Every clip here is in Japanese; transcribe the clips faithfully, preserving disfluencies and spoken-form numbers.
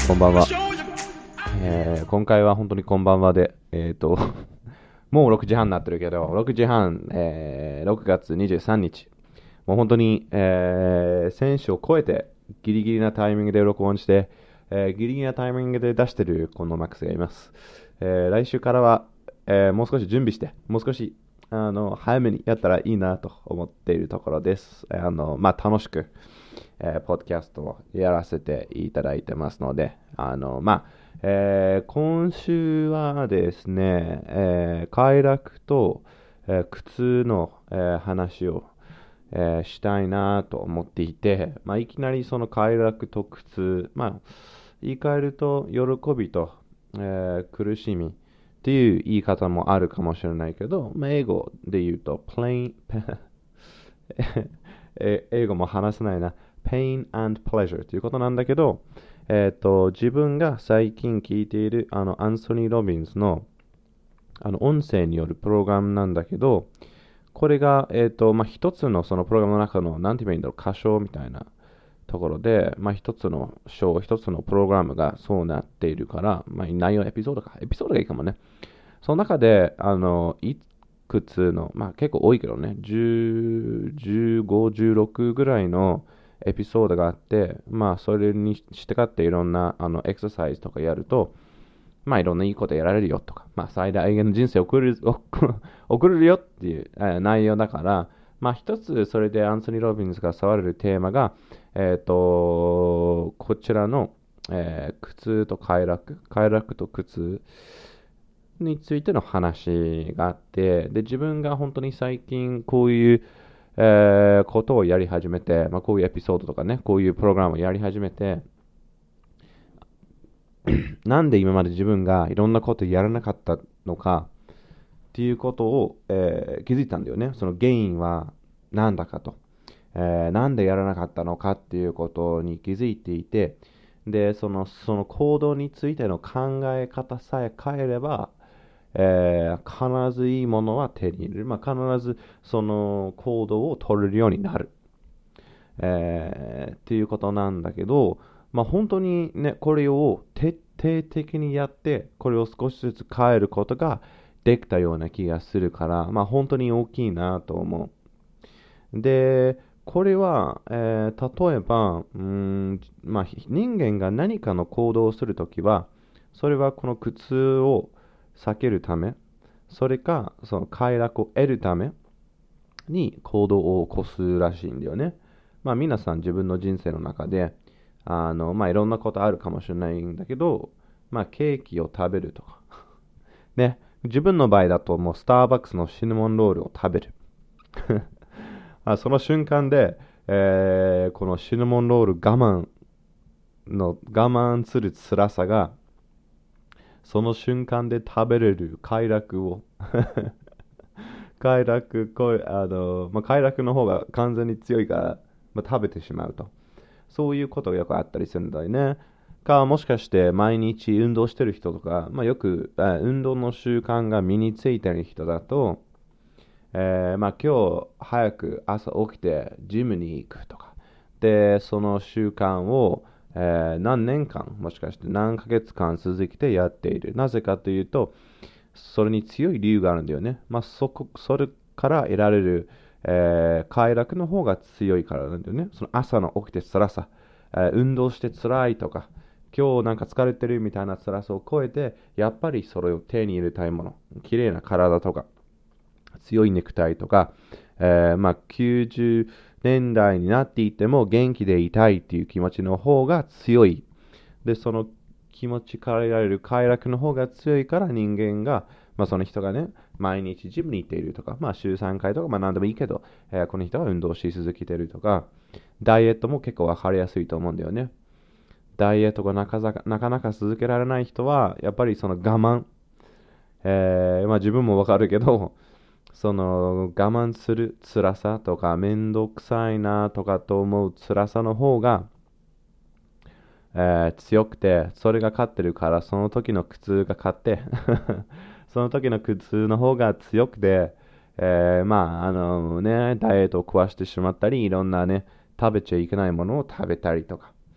こんばんは、えー、今回は本当にこんばんはで、えっ、ー、ともうろくじはんになってるけど、ろくじはん、えー、ろくがつにじゅうさんにち、もう本当に、えー、選手を超えてギリギリなタイミングで録音して、えー、ギリギリなタイミングで出してるこのマックスがいます。えー、来週からは、えー、もう少し準備して、もう少しあの早めにやったらいいなと思っているところです。あのまあ、楽しく、えー、ポッドキャストをやらせていただいてますので、あのまあえー、今週はですね、えー、快楽と、えー、苦痛の、えー、話を、えー、したいなと思っていて、まあ、いきなりその快楽と苦痛、まあ、言い換えると喜びと、えー、苦しみっていう言い方もあるかもしれないけど、まあ、英語で言うと plain 英語も話せないな pain and pleasure ということなんだけど、えーと、自分が最近聞いているあのアンソニー・ロビンスのあの音声によるプログラムなんだけど、これが、えーとまあ、一つのそのプログラムの中のなんて言えばいいんだろう、歌唱みたいなところで、まあ、一つの章、一つのプログラムがそうなっているから、まあ、内容、エピソードか、エピソードがいいかもね。その中で、あの、いくつの、まあ結構多いけどね、じゅう、じゅうご、じゅうろくぐらいのエピソードがあって、まあそれにしてかっていろんなあのエクササイズとかやると、まあいろんないいことやられるよとか、まあ最大限の人生を送る送れるよっていう、えー内容だから、まあ一つそれでアンソニー・ロビンズが触れるテーマが、えっ、と、こちらの、えー苦痛と快楽、快楽と苦痛についての話があって、で、自分が本当に最近こういう、えーことをやり始めて、まあ、こういうエピソードとかね、こういうプログラムをやり始めて、なんで今まで自分がいろんなことやらなかったのかっていうことを、えー気づいたんだよね。その原因は何だかと、えーなんでやらなかったのかっていうことに気づいていて、で、その、その行動についての考え方さえ変えれば、えー必ずいいものは手に入れる。まあ、必ずその行動を取れるようになる。えーっていうことなんだけど、まあ、本当にね、これを徹底的にやって、これを少しずつ変えることができたような気がするから、まあ、本当に大きいなと思う。で、これは、えー例えば、うーん、まあ、人間が何かの行動をするときは、それはこの苦痛を避けるため、それか、その快楽を得るために行動を起こすらしいんだよね。まあ皆さん自分の人生の中で、あの、まあいろんなことあるかもしれないんだけど、まあケーキを食べるとか。ね。自分の場合だともうスターバックスのシナモンロールを食べる。あその瞬間で、えーこのシナモンロール我慢の我慢する辛さがその瞬間で食べれる快楽を快楽こうあの、まあ、快楽の方が完全に強いから、まあ、食べてしまうと、そういうことがよくあったりするんだよね。かもしかして毎日運動してる人とか、まあ、よくあ運動の習慣が身についてる人だと、えーまあ、今日早く朝起きてジムに行くとかで、その習慣を、えー何年間もしかして何ヶ月間続けてやっている。なぜかというと、それに強い理由があるんだよね。まあ、そこ、それから得られる、えー快楽の方が強いからなんだよね。その朝の起きて辛さ、えー運動して辛いとか、今日なんか疲れてるみたいな辛さを超えて、やっぱりそれを手に入れたいもの、綺麗な体とか、強いネクタイとか、えーまあ、きゅうじゅうねんだいになっていても元気でいたいっていう気持ちの方が強い。で、その気持ちから得られる快楽の方が強いから人間が、まあ、その人がね、毎日ジムに行っているとか、まあ、週さんかいとか、まあ、何でもいいけど、えーこの人が運動し続けているとか、ダイエットも結構わかりやすいと思うんだよね。ダイエットがなかなかなかなか続けられない人は、やっぱりその我慢、えーまあ、自分もわかるけど、その我慢する辛さとか、めんどくさいなとかと思う辛さの方が、えー強くて、それが勝ってるから、その時の苦痛が勝って、その時の苦痛の方が強くて、えーまあ、あのね、ダイエットを壊してしまったり、いろんなね、食べちゃいけないものを食べたりとか。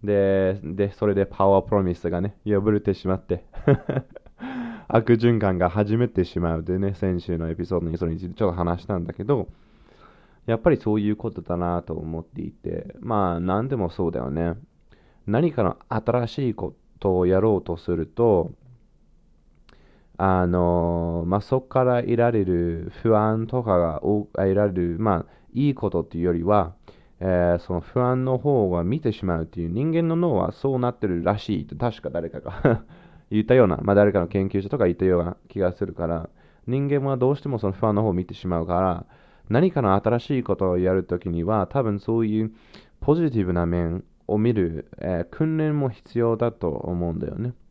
で、で、それでパワープロミスがね、破れてしまって悪循環が始めてしまうでね、先週のエピソードにそれについてちょっと話したんだけど、やっぱりそういうことだなと思っていて、まあ何でもそうだよね。何かの新しいことをやろうとすると、あのまあ、そこから得られる不安とかが多得られる、まあ、いいことっていうよりは、えーその不安の方が見てしまうっていう人間の脳はそうなってるらしいと確か誰かが言ったような、まあ、誰かの研究者とか言ったような気がするから、人間はどうしてもその不安の方を見てしまうから、何かの新しいことをやるときには多分そういうポジティブな面を見る、えー訓練も必要だと思うんだよね。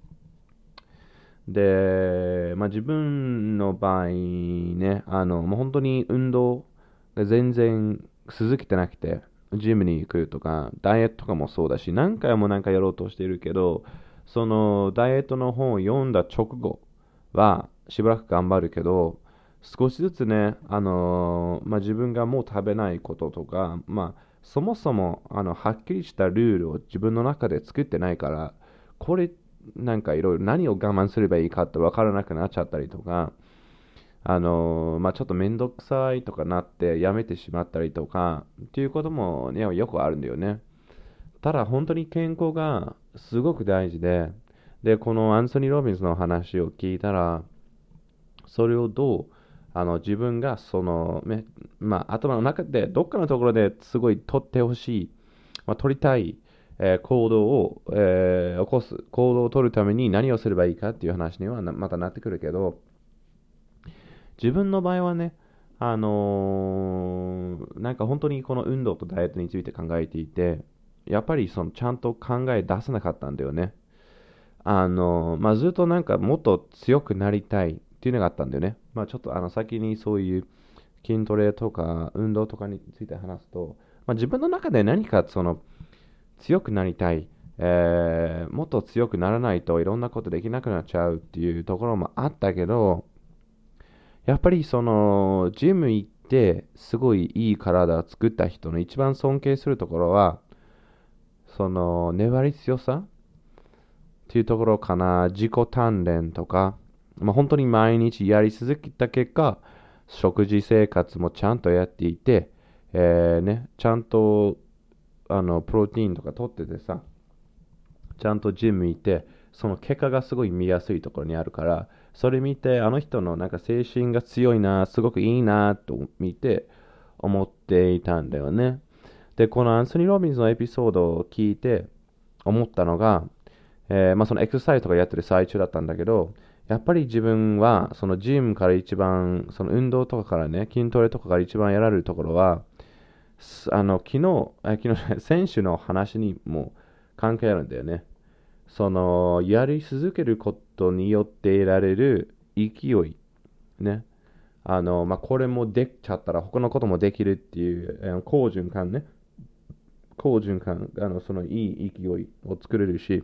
で、まあ、自分の場合ね、あの、もう本当に運動が全然続けてなくて、ジムに行くとか、ダイエットとかもそうだし、何回も何回やろうとしているけど、そのダイエットの本を読んだ直後は、しばらく頑張るけど、少しずつね、あのまあ、自分がもう食べないこととか、まあ、そもそもあのはっきりしたルールを自分の中で作ってないから、これなんかいろいろ何を我慢すればいいかって分からなくなっちゃったりとか、あのーまあ、ちょっとめんどくさいとかなってやめてしまったりとかっていうことも、ね、よくあるんだよね。ただ本当に健康がすごく大事で、で、このアンソニー・ロビンスの話を聞いたら、それをどうあの自分がその、ねまあ、頭の中でどっかのところですごい取ってほしい、まあ、取りたい、えー行動を、えー起こす、行動を取るために何をすればいいかっていう話にはなまたなってくるけど、自分の場合はね、あのーなんか本当にこの運動とダイエットについて考えていて、やっぱりそのちゃんと考え出せなかったんだよね。あの、まあ、ずっとなんかもっと強くなりたいっていうのがあったんだよね。まあ、ちょっとあの先にそういう筋トレとか運動とかについて話すと、まあ、自分の中で何かその強くなりたい、えーもっと強くならないといろんなことできなくなっちゃうっていうところもあったけど、やっぱりそのジム行ってすごいいい体を作った人の一番尊敬するところは、その粘り強さっていうところかな。自己鍛錬とか、まあ、本当に毎日やり続けた結果、食事生活もちゃんとやっていて、えーね、ちゃんとあのプロテインとか取っててさ、ちゃんとジム行って、その結果がすごい見やすいところにあるから、それ見て、あの人のなんか精神が強いな、すごくいいなと見て思っていたんだよね。で、このアンソニー・ロビンズのエピソードを聞いて思ったのが、えーまあ、そのエクササイズとかやってる最中だったんだけど、やっぱり自分は、そのジムから一番、その運動とかからね、筋トレとかから一番やられるところは、すあの、昨日、あ昨日じゃない、選手の話にも関係あるんだよね。その、やり続けることによって得られる勢い、ね。あの、まあ、これもできちゃったら他のこともできるっていう、あの好循環ね。好循環、あの、そのいい勢いを作れるし、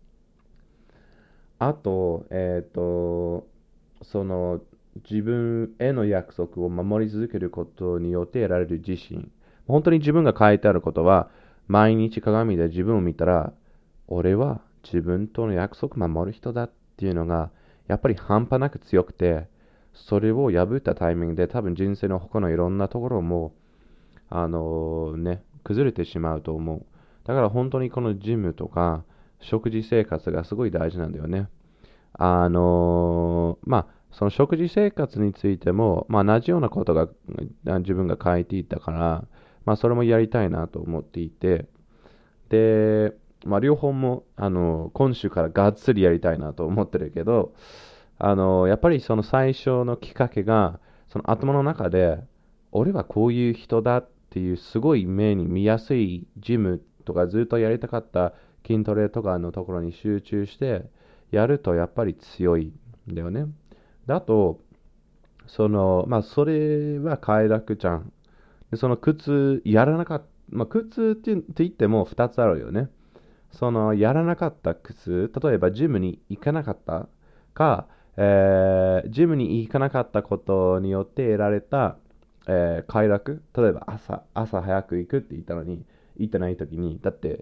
あと、えっと、その自分への約束を守り続けることによって得られる自信。本当に自分が書いてあることは、毎日鏡で自分を見たら、俺は自分との約束を守る人だっていうのが、やっぱり半端なく強くて、それを破ったタイミングで多分人生の他のいろんなところも、あのね、崩れてしまうと思う。だから本当にこのジムとか食事生活がすごい大事なんだよね。あのーまあ、その食事生活についても、まあ、同じようなことがあ自分が書いていたから、まあ、それもやりたいなと思っていて、で、まあ、両方も、あの今週からがっつりやりたいなと思ってるけど、あのやっぱりその最初のきっかけが、その頭の中で、俺はこういう人だっていうすごい目に見やすいジムとかずっとやりたかった筋トレとかのところに集中してやるとやっぱり強いんだよね。だと、その、まあそれは快楽ちゃん。でその靴やらなかった、まあ靴ってって言ってもふたつあるよね。そのやらなかった靴、例えばジムに行かなかったか、えージムに行かなかったことによって得られた、えー快楽、例えば朝、朝早く行くって言ったのに、行ってない時に、だって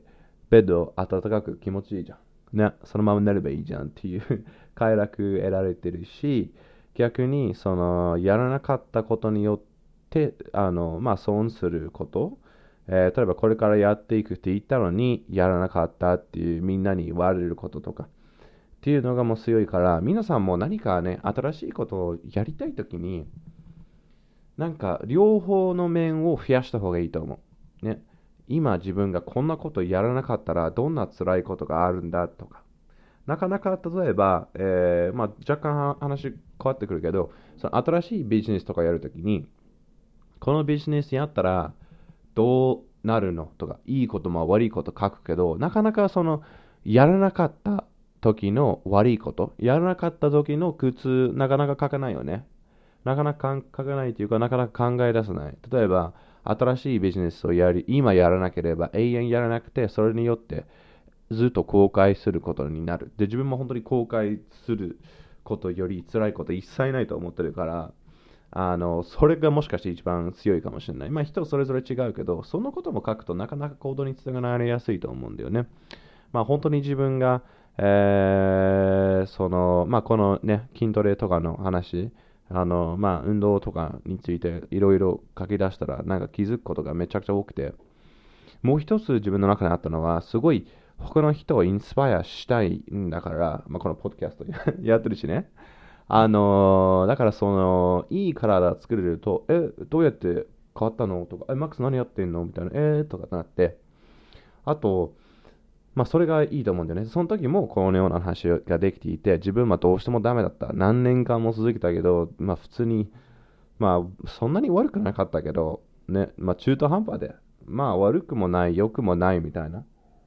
ベッド暖かく気持ちいいじゃん。ね、そのまま寝ればいいじゃんっていう快楽得られてるし、逆にそのやらなかったことによってあの、まあ、損すること、えー例えばこれからやっていくって言ったのにやらなかったっていうみんなに言われることとかっていうのがもう強いから、皆さんも何かね、新しいことをやりたいときに、なんか両方の面を増やした方がいいと思う。ね。今自分がこんなことやらなかったらどんな辛いことがあるんだとか。なかなか例えば、えーまあ、若干話変わってくるけど、その新しいビジネスとかやるときに、このビジネスやったらどうなるのとか、いいことも悪いこと書くけど、なかなかそのやらなかった時の悪いこと、やらなかった時の苦痛、なかなか書かないよね。なかなか書かないというか、なかなか考え出せない。例えば、新しいビジネスをやり、今やらなければ永遠やらなくて、それによってずっと後悔することになる。で、自分も本当に後悔することより辛いこと一切ないと思ってるから、あの、それがもしかして一番強いかもしれない。まあ人それぞれ違うけど、そのことも書くとなかなか行動につながりやすいと思うんだよね。まあ本当に自分が、えーその、まあこのね、筋トレとかの話、あの、まあ運動とかについていろいろ書き出したら、なんか気づくことがめちゃくちゃ多くて、もう一つ自分の中にあったのは、すごい他の人をインスパイアしたいんだから、まあこのポッドキャストやってるしね。あのーだからその、いい体作れると、え、どうやって変わったのとか、え、マックス何やってんのみたいな、えーとかなって、あと、まあそれがいいと思うんだよね。その時もこのような話ができていて、自分はどうしてもダメだった。何年間も続けたけど、まあ普通に、まあそんなに悪くなかったけど、ね、まあ中途半端で、まあ悪くもない、良くもないみたいな。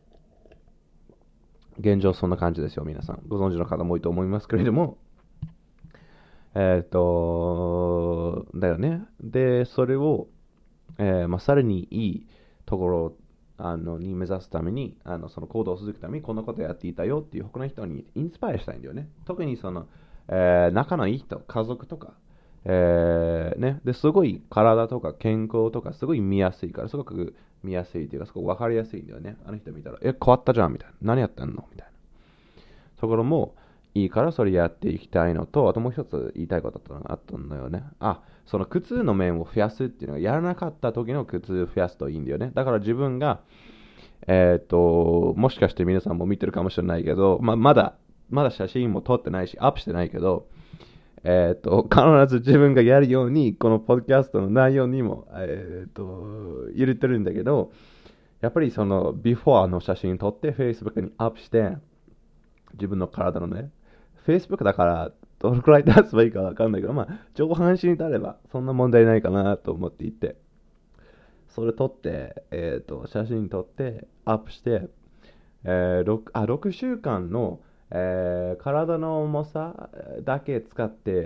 現状そんな感じですよ、皆さん。ご存知の方も多いと思いますけれども、えっ、と、だよね。で、それを、えーまあ、さらにいいところあのに目指すために、あのその行動を続けるために、こんなことやっていたよっていう他の人にインスパイアしたいんだよね。特にその、えー仲のいい人、家族とか、えーね、ですごい体とか健康とかすごい見やすいから、すごく見やすいというか、すごく分かりやすいんだよね。あの人見たら、え、変わったじゃんみたいな。何やってんのみたいな。ところもいいからそれやっていきたいのと、あともう一つ言いたいことがあったのよね。あ、その苦痛の面を増やすっていうのが、やらなかった時の苦痛を増やすといいんだよね。だから自分が、えっ、と、もしかして皆さんも見てるかもしれないけど、まあ、まだ、まだ写真も撮ってないし、アップしてないけど、えっ、と、必ず自分がやるように、このポッドキャストの内容にも、えっ、と、入れてるんだけど、やっぱりその、ビフォーの写真撮って、Facebook にアップして、自分の体のね、Facebook だから、どのくらい出せばいいかわかんないけど、まあ、上半身になれば、そんな問題ないかなと思っていて、それ撮って、えっ、と、写真撮って、アップして、えー、6, あろくしゅうかんの、えー体の重さだけ使って、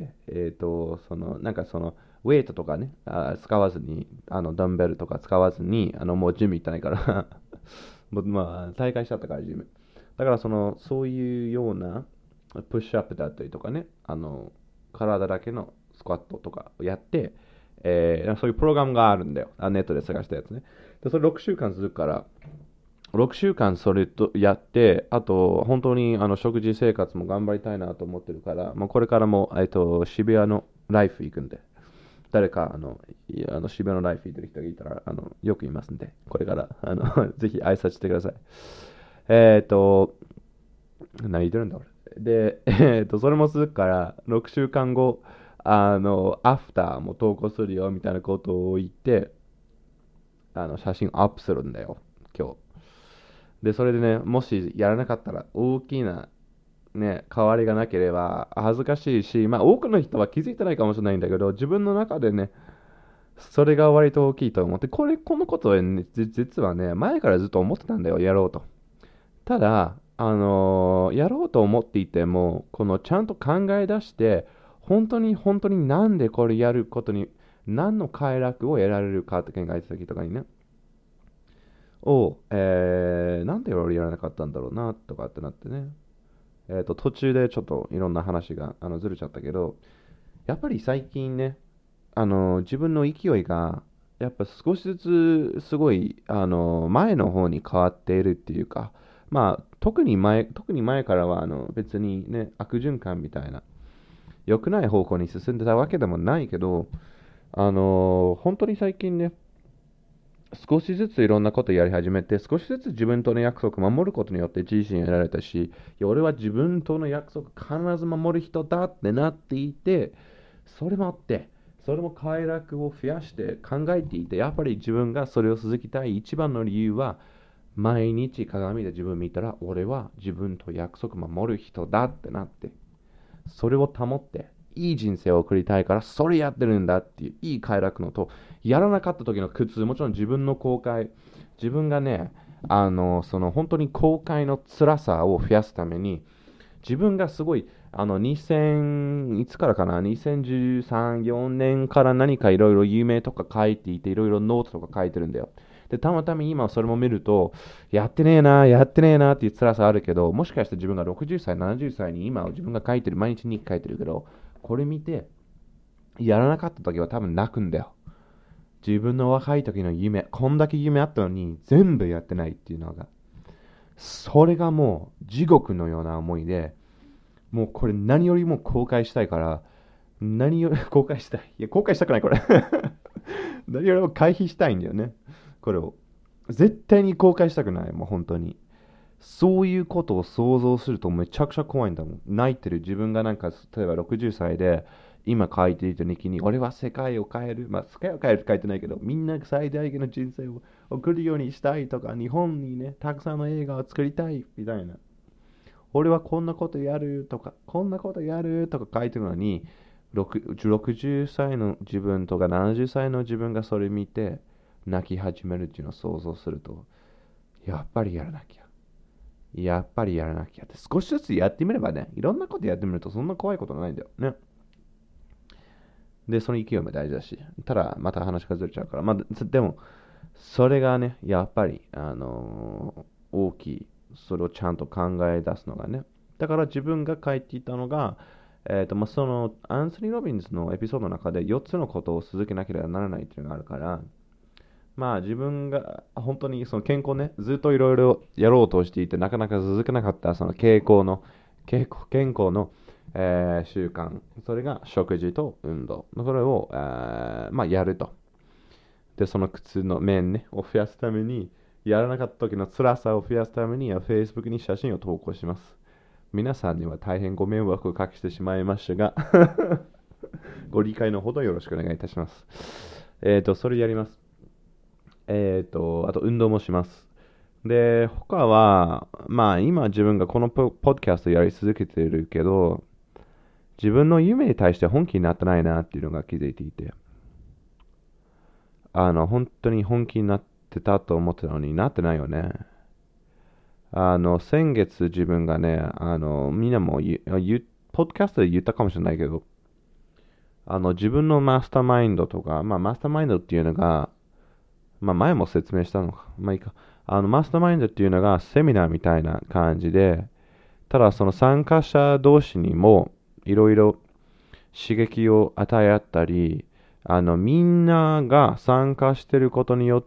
えっ、と、その、なんかその、ウェイトとかね、あ使わずに、あの、ダンベルとか使わずに、あの、もうジム行ったないからもうまあ、大会しちゃったから、ジム。だから、その、そういうような、プッシュアップだったりとかね、あの、体だけのスクワットとかをやって、えーそういうプログラムがあるんだよ。あネットで探したやつね。で、それろくしゅうかん続くから、ろくしゅうかんそれとやって、あと、本当にあの食事生活も頑張りたいなと思ってるから、もうこれからも、えっと、渋谷のライフ行くんで、誰かあのいあの渋谷のライフ行ってる人がいたら、あのよくいますんで、これからあのぜひ挨拶してください。えっと、何言ってるんだ俺。で、えっと、それも続くから、ろくしゅうかんご、あの、アフターも投稿するよみたいなことを言って、あの写真アップするんだよ、今日。で、それでね、もしやらなかったら大きなね、変わりがなければ恥ずかしいし、まあ多くの人は気づいてないかもしれないんだけど、自分の中でね、それが割と大きいと思って、これ、このことはね、じ実はね、前からずっと思ってたんだよ、やろうと。ただ、あのーやろうと思っていても、このちゃんと考え出して、本当に本当になんでこれやることに、何の快楽を得られるかって考えた時とかにね、を、えー、なんで俺やらなかったんだろうな、とかってなってね。えっと、途中でちょっといろんな話があのずれちゃったけど、やっぱり最近ね、あの、自分の勢いがやっぱ少しずつすごいあの前の方に変わっているっていうか、まあ特に前特に前からはあの別にね悪循環みたいな良くない方向に進んでたわけでもないけど、あの本当に最近ね少しずついろんなことやり始めて、少しずつ自分との約束を守ることによって自信を得られたし、いや俺は自分との約束必ず守る人だってなっていて、それもあって、それも快楽を増やして考えていて、やっぱり自分がそれを続きたい一番の理由は、毎日鏡で自分見たら、俺は自分と約束守る人だってなって、それを保って、いい人生を送りたいから、それやってるんだっていう、いい快楽のと、やらなかった時の苦痛、もちろん自分の後悔、自分がね、あの、その本当に後悔の辛さを増やすために、自分がすごい、あの、にせん、いつからかな、にせんじゅうさん、よねんから何かいろいろ有名とか書いていて、いろいろノートとか書いてるんだよ。で、たまたま今それも見ると、やってねえな、やってねえなっていう辛さあるけど、もしかして自分がろくじゅっさい、ななじゅっさいに今自分が書いてる、毎日日記書いてるけど、これ見て、やらなかった時は多分泣くんだよ。自分の若い時の夢、こんだけ夢あったのに全部やってないっていうのが、それがもう地獄のような思いで、もうこれ何よりも後悔したいから、何より後悔したい。いや、後悔したくないこれ。何よりも回避したいんだよね。これを。絶対に後悔したくない。もう本当に。そういうことを想像するとめちゃくちゃ怖いんだもん。泣いてる自分がなんか、例えばろくじゅっさいで、今書いていた日記に、俺は世界を変える。まあ、世界を変えるって書いてないけど、みんなが最大限の人生を送るようにしたいとか、日本にね、たくさんの映画を作りたいみたいな。俺はこんなことやるとか、こんなことやるとか書いてるのに、ろくじゅっさいの自分とかななじゅっさいの自分がそれ見て泣き始めるっていうのを想像すると、やっぱりやらなきゃ。やっぱりやらなきゃって。少しずつやってみればね、いろんなことやってみるとそんな怖いことないんだよね。で、その勢いも大事だし、ただまた話がずれちゃうから、まあ、でも、それがね、やっぱり、あのー大きい。それをちゃんと考え出すのがね。だから自分が書いていたのが、えっと、まあ、その、アンソニー・ロビンズのエピソードの中でよっつのことを続けなければならないっていうのがあるから、まあ自分が本当にその健康ね、ずっといろいろやろうとしていて、なかなか続けなかったその健康の、健康健康の、えー習慣、それが食事と運動。それを、えーまあ、やると。で、その靴の面ね、を増やすために、やらなかった時の辛さを増やすために、Facebook に写真を投稿します。皆さんには大変ご迷惑をかけてしまいましたが、ご理解のほどよろしくお願いいたします。えっ、と、それやります。えっ、と、あと運動もします。で、他は、まあ今自分がこのポポッドキャストやり続けてるけど、自分の夢に対して本気になってないなっていうのが気づいていて、あの、本当に本気になってたと思ってたのになってないよね。あの、先月自分がね、あの、みんなも言う、言うポッドキャストで言ったかもしれないけど、あの、自分のマスターマインドとか、まあ、マスターマインドっていうのが、まあ、前も説明したのか。まあ、いいか。あの、マスターマインドっていうのがセミナーみたいな感じで、ただその参加者同士にもいろいろ刺激を与え合ったり、あの、みんなが参加してることによって、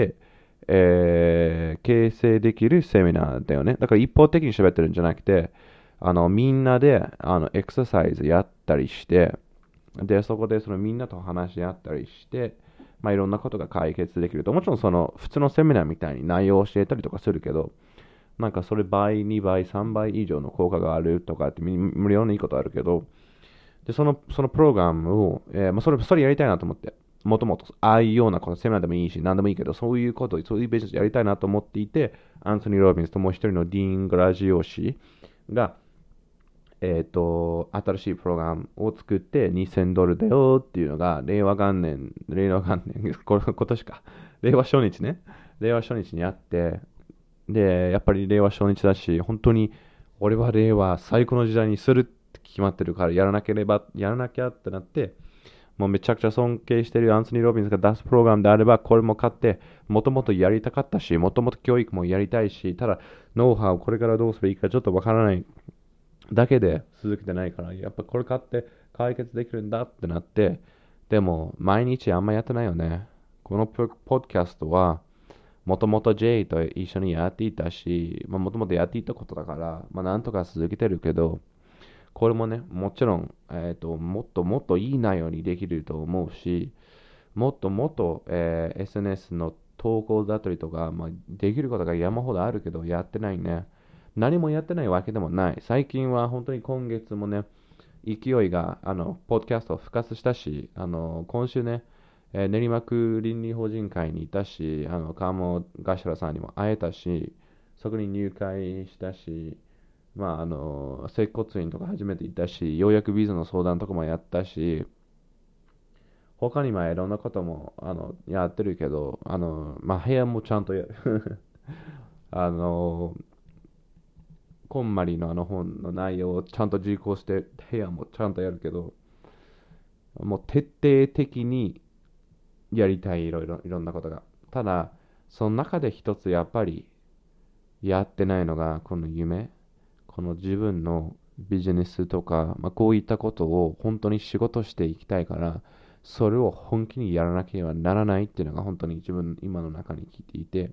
えー形成できるセミナーだよね。だから一方的に喋ってるんじゃなくて、あの、みんなで、あの、エクササイズやったりして、で、そこでそのみんなと話し合ったりして、まあ、いろんなことが解決できると。もちろんその普通のセミナーみたいに内容を教えたりとかするけど、なんかそれ倍、にばい、さんばい以上の効果があるとかって無料のいいことあるけど、で、その、そのプログラムを、えーまあ、それ、それやりたいなと思って、もともと、ああいうようなこと、セミナーでもいいし、何でもいいけど、そういうこと、そういうビジネスやりたいなと思っていて、アンソニー・ロビンスともう一人のディーン・グラジオ氏が、えっ、と、新しいプログラムを作ってにせんドルだよっていうのが、令和元年、令和元年、これ今年か、令和初日ね、令和初日にあって、で、やっぱり令和初日だし、本当に俺は令和最高の時代にするって決まってるから、やらなければ、やらなきゃってなって、もうめちゃくちゃ尊敬してるアンソニー・ロビンスが出すプログラムであれば、これも買って、もともとやりたかったし、もともと教育もやりたいし、ただ、ノウハウ、これからどうすればいいかちょっとわからないだけで続けてないから、やっぱこれ買って解決できるんだってなって、でも、毎日あんまやってないよね。 このポッドキャストは、もともと J と一緒にやっていたし、もともとやっていたことだから、まあ、なんとか続けてるけど、これもね、もちろん、えーと、もっともっといい内容にできると思うし、もっともっと、えー エスエヌエス の投稿だったりとか、まあ、できることが山ほどあるけど、やってないね。何もやってないわけでもない。最近は本当に今月もね、勢いが、あの、ポッドキャストを復活したし、あの、今週ね、えー練馬区倫理法人会にいたし、あの、川本頭さんにも会えたし、そこに入会したし、まあ、あの、接骨院とか初めて行ったし、ようやくビザの相談とかもやったし、他にもいろんなこともあのやってるけど、あの、まあ、部屋もちゃんとやあの、こんまりのあの本の内容をちゃんと実行して、部屋もちゃんとやるけど、もう徹底的にやりたい、いろいろ、いろんなことが。ただ、その中で一つやっぱりやってないのが、この夢、この自分のビジネスとか、まあ、こういったことを本当に仕事していきたいから、それを本気にやらなければならないっていうのが本当に自分、今の中に聞いていて、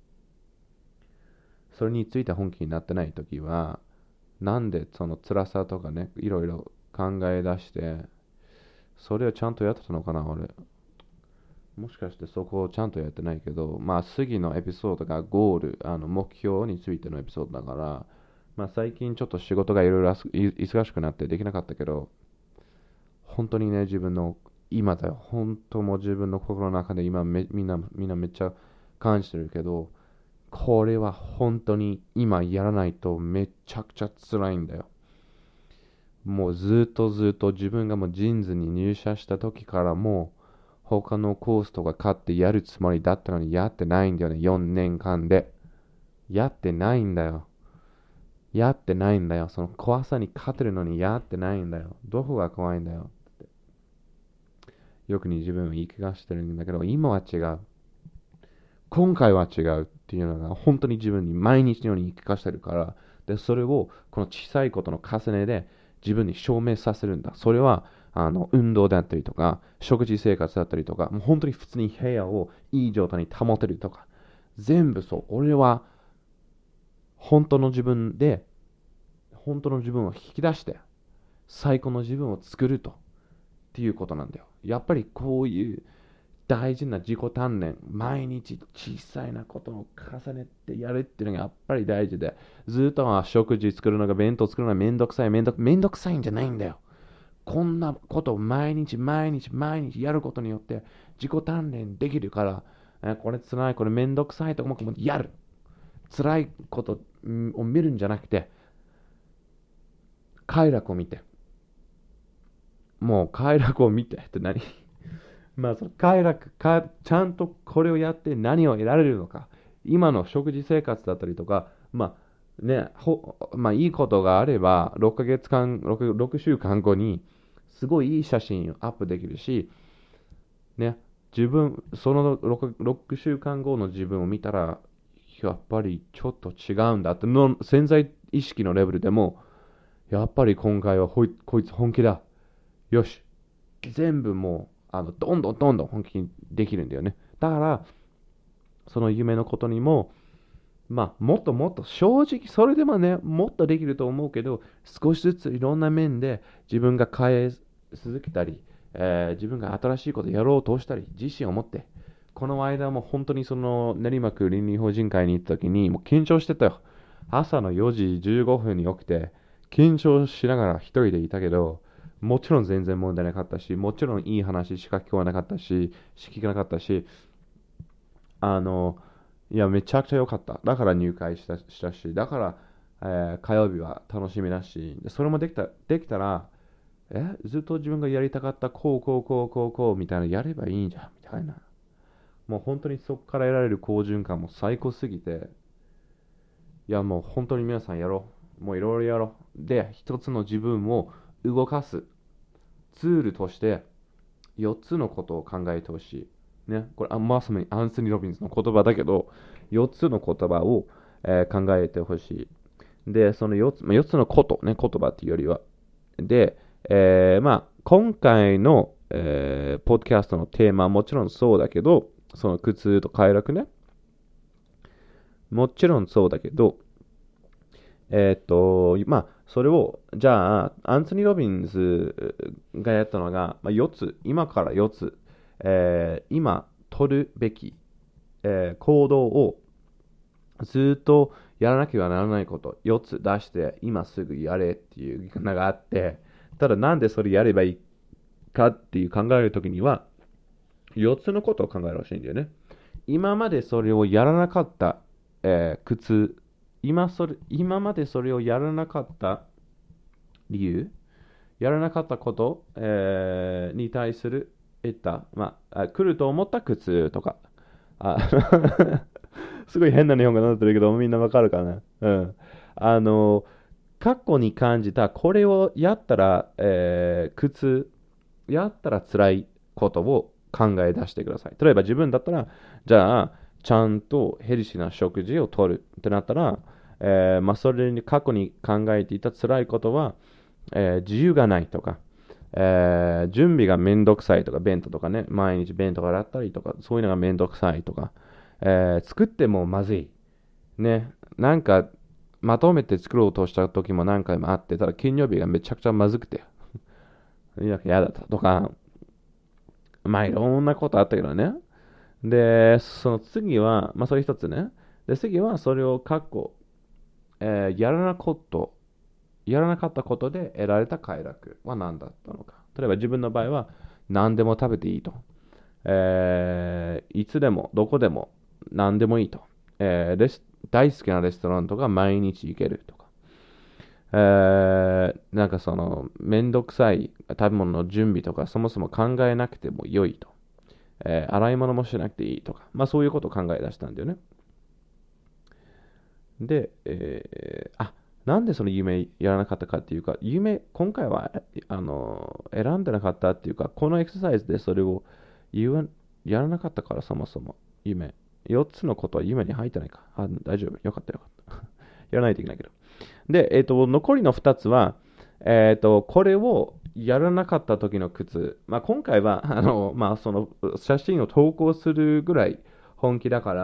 それについて本気になってないときは、なんでその辛さとかね、いろいろ考え出して、それをちゃんとやってたのかな、俺。もしかしてそこをちゃんとやってないけど、まあ次のエピソードがゴール、あの目標についてのエピソードだから、まあ最近ちょっと仕事がいろいろ忙しくなってできなかったけど、本当にね、自分の今だよ、本当もう自分の心の中で今めみんな、みんなめっちゃ感じてるけど、これは本当に今やらないとめちゃくちゃ辛いんだよ。もうずっとずっと自分がもうジーンズに入社した時からもう他のコースとか買ってやるつもりだったのにやってないんだよね。よねんかんで。やってないんだよ。やってないんだよ。その怖さに勝てるのにやってないんだよ。どこが怖いんだよ。よくに自分は言い聞かせてるんだけど、今は違う。今回は違うっていうのが本当に自分に毎日のように言い聞かせてるから、で、それをこの小さいことの重ねで自分に証明させるんだ。それは、あの、運動だったりとか、食事生活だったりとか、もう本当に普通に部屋をいい状態に保てるとか、全部そう。俺は本当の自分で、本当の自分を引き出して、最高の自分を作ると。っていうことなんだよ。やっぱりこういう大事な自己鍛錬、毎日小さいなことを重ねてやるっていうのがやっぱり大事で、ずっとは食事作るのが弁当作るのがめんどくさい、めんどめんどくさいんじゃないんだよ。こんなことを毎日毎日毎日やることによって自己鍛錬できるから、えこれ辛い、これめんどくさいとかもやる。辛いことを見るんじゃなくて、快楽を見て、もう快楽を見てって何まあ、その快楽か、ちゃんとこれをやって何を得られるのか。今の食事生活だったりとか、まあね、ほまあいいことがあれば、ろっかげつかん、6, ろくしゅうかんごに、すごいいい写真をアップできるし、ね、自分、その 6, ろくしゅうかんごの自分を見たら、やっぱりちょっと違うんだっての、潜在意識のレベルでも、やっぱり今回はほいこいつ本気だ。よし。全部もう、あの、どんどんどんどん本気にできるんだよね。だから、その夢のことにも、まあ、もっともっと正直、それでもね、もっとできると思うけど、少しずついろんな面で自分が変え続けたり、えー自分が新しいことをやろうとしたり、自信を持って、この間も本当にその練馬区倫理法人会に行った時に、もう緊張してたよ。朝のよじじゅうごふんに起きて、緊張しながら一人でいたけど、もちろん全然問題なかったし、もちろんいい話しか聞こえなかったし、聞かなかったし、あの、いや、めちゃくちゃ良かった。だから入会したしたし、だから、えー火曜日は楽しみだし、でそれもできた、できたら、え、ずっと自分がやりたかった、こう、こう、こう、こう、こう、みたいな、やればいいんじゃん、みたいな。もう本当にそこから得られる好循環も最高すぎて、いや、もう本当に皆さんやろう。もういろいろやろう。で、一つの自分を動かすツールとして、よっつのことを考えてほしい。ね、これ、あまさにアンソニー・ロビンスの言葉だけど、よっつの言葉を、えー考えてほしい。で、そのよっつ、まあ、よっつのこと、ね、言葉っていうよりは。で、えーまあ、今回の、えーポッドキャストのテーマはもちろんそうだけど、 その苦痛と快楽ね。もちろんそうだけど、えっと、まあ、それを、じゃあ、アンソニー・ロビンズがやったのが、まあ、よっつ、今からよっつ、えー今取るべき、えー行動をずっとやらなければならないこと、よっつ出して、今すぐやれっていうのがあって、ただなんでそれやればいいかっていう考えるときには、よっつのことを考えるらしいんだよね。今までそれをやらなかった、えー苦痛、今それ、今までそれをやらなかった理由、やらなかったこと、えーに対する得た、まあ、あ来ると思った苦痛とか、あすごい変な日本語になってるけど、みんなわかるかな。うん。あの、過去に感じた、これをやったら、えー苦痛、やったら辛いことを考え出してください。例えば自分だったら、じゃあ、ちゃんとヘルシーな食事をとるってなったら、えーまあ、それに過去に考えていた辛いことは、えー自由がないとか、えー準備がめんどくさいとか、弁当とかね、毎日弁当があったりとか、そういうのがめんどくさいとか、えー作ってもまずい。ね、なんか、まとめて作ろうとした時も何回もあって、ただ金曜日がめちゃくちゃまずくて、いや嫌だったとか、まあいろんなことあったけどね。で、その次は、まあそれ一つね。で、次はそれを過去、えーやらなこと、やらなかったことで得られた快楽は何だったのか。例えば自分の場合は何でも食べていいと。えーいつでも、どこでも、何でもいいと。えーレス大好きなレストランとか毎日行けるとか。えーなんかその、めんどくさい食べ物の準備とか、そもそも考えなくても良いと。えー洗い物もしなくていいとか。まあそういうことを考え出したんだよね。で、えーあ、なんでその夢やらなかったかっていうか、夢、今回は、あの、選んでなかったっていうか、このエクササイズでそれを言わやらなかったから、そもそも、夢。よっつのことは夢に入ってないか。あ、大丈夫。よかったよかった。やらないといけないけど。で、えっと、残りのふたつは、えっと、これをやらなかった時の苦痛。まあ、今回は、あの、まあ、その、写真を投稿するぐらい本気だから、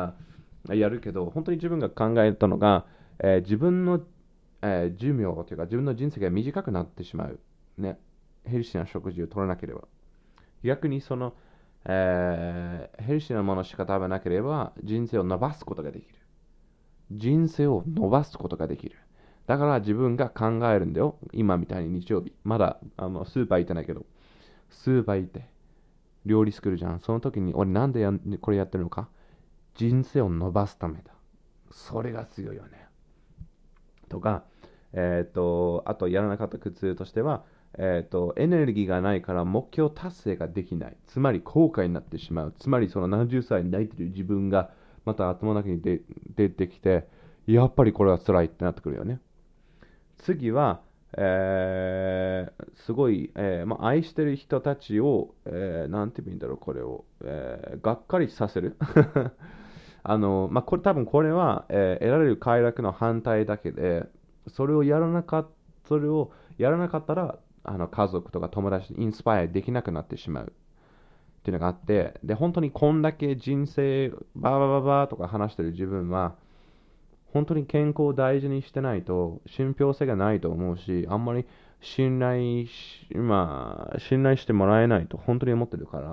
やるけど、本当に自分が考えたのが、えー自分の、えー寿命というか、自分の人生が短くなってしまう。ね。ヘルシーな食事を取らなければ。逆にその、えーヘルシーなものしか食べなければ、人生を伸ばすことができる。人生を伸ばすことができる。だから自分が考えるんだよ。今みたいに日曜日。まだあのスーパー行ってないけど、スーパー行って料理作るじゃん。その時に俺なんでやこれやってるのか。人生を伸ばすためだ。それが強いよね。とか、えっ、と、あとやらなかった苦痛としては、えっ、と、エネルギーがないから目標達成ができない。つまり後悔になってしまう。つまりそのななじゅっさいに泣いてる自分がまた頭の中に出出てきて、やっぱりこれは辛いってなってくるよね。次は、えーすごい、えーまあ、愛してる人たちを、えーなんて言うんだろう、これを、えーがっかりさせる。あの、まあ、これ多分これは、えー得られる快楽の反対だけで、それをやらなかっそれをやらなかったら、あの家族とか友達にインスパイアできなくなってしまうっていうのがあって、で、本当にこんだけ人生、バーバーバーバーとか話してる自分は、本当に健康を大事にしてないと信憑性がないと思うし、あんまり信頼し、まあ、信頼してもらえないと本当に思ってるから、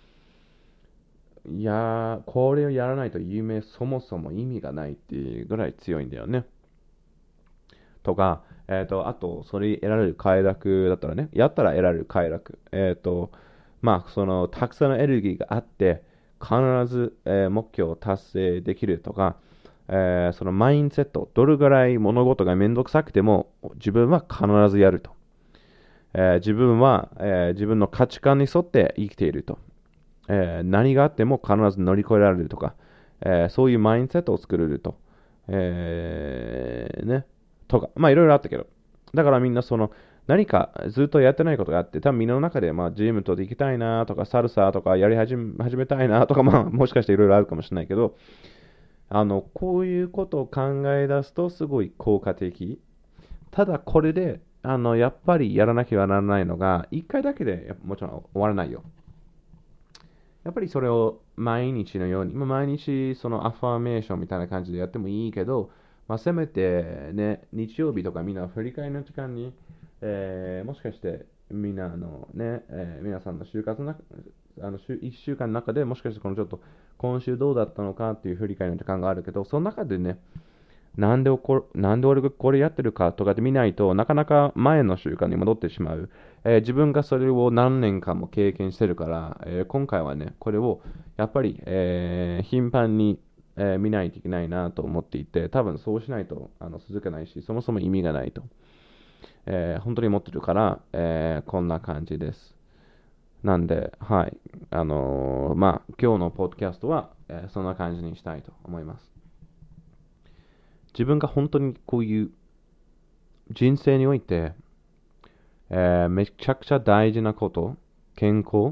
いやー、これをやらないと夢そもそも意味がないっていうぐらい強いんだよね。とか、えっと、あと、それ得られる快楽だったらね、やったら得られる快楽。えっと、まあ、その、たくさんのエネルギーがあって、必ず、えー目標を達成できるとか、えーそのマインドセット、どれぐらい物事がめんどくさくても、自分は必ずやると。えー自分は、えー自分の価値観に沿って生きていると。えー何があっても必ず乗り越えられるとか、えーそういうマインドセットを作れると。えーね。とか、まあいろいろあったけど。だからみんなその、何かずっとやってないことがあって、多分みんなの中で、まあ、ジムと行きたいなとか、サルサとかやり始め始めたいなとか、まあ、もしかしていろいろあるかもしれないけど、あの、こういうことを考え出すとすごい効果的。ただこれで、あの、やっぱりやらなきゃならないのが、一回だけでもちろん終わらないよ。 やっぱりそれを毎日のように、まあ、毎日そのアファーメーションみたいな感じでやってもいいけど、まあ、せめてね、日曜日とかみんな振り返りの時間に、えーもしかしてみんなのね、えー皆さんの就活の中、あの週いっしゅうかんの中でもしかしてこのちょっと今週どうだったのかっていう振り返りの時間があるけど、その中でね、なんでこなんで俺がこれやってるかとかで見ないとなかなか前の習慣に戻ってしまう。えー自分がそれを何年間も経験してるから、えー今回はね、これをやっぱり、えー頻繁に、えー見ないといけないなと思っていて、多分そうしないとあの続けないし、そもそも意味がないと、えー本当に思ってるから、えーこんな感じです。なんで、はい。あのーまあ、今日のポッドキャストは、えーそんな感じにしたいと思います。自分が本当にこういう人生において、えーめちゃくちゃ大事なこと、健康、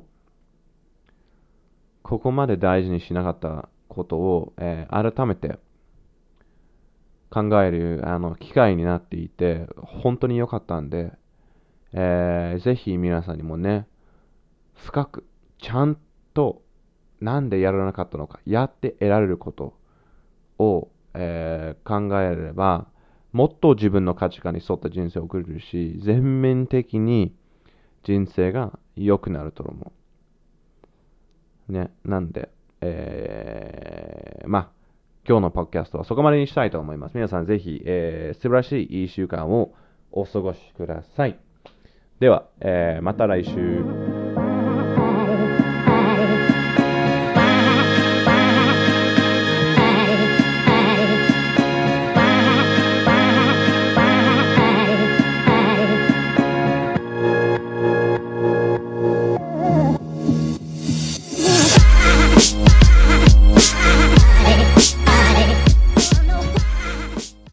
ここまで大事にしなかったことを、えー改めて考えるあの機会になっていて、本当に良かったんで、えーぜひ皆さんにもね、深く、ちゃんとなんでやらなかったのか、やって得られることを、えー考えれば、もっと自分の価値観に沿った人生を送れるし、全面的に人生が良くなると思う。ね。なんで、えー、まあ、今日のポッドキャストはそこまでにしたいと思います。皆さんぜひ、えー素晴らしいいい習慣をお過ごしください。では、えーまた来週。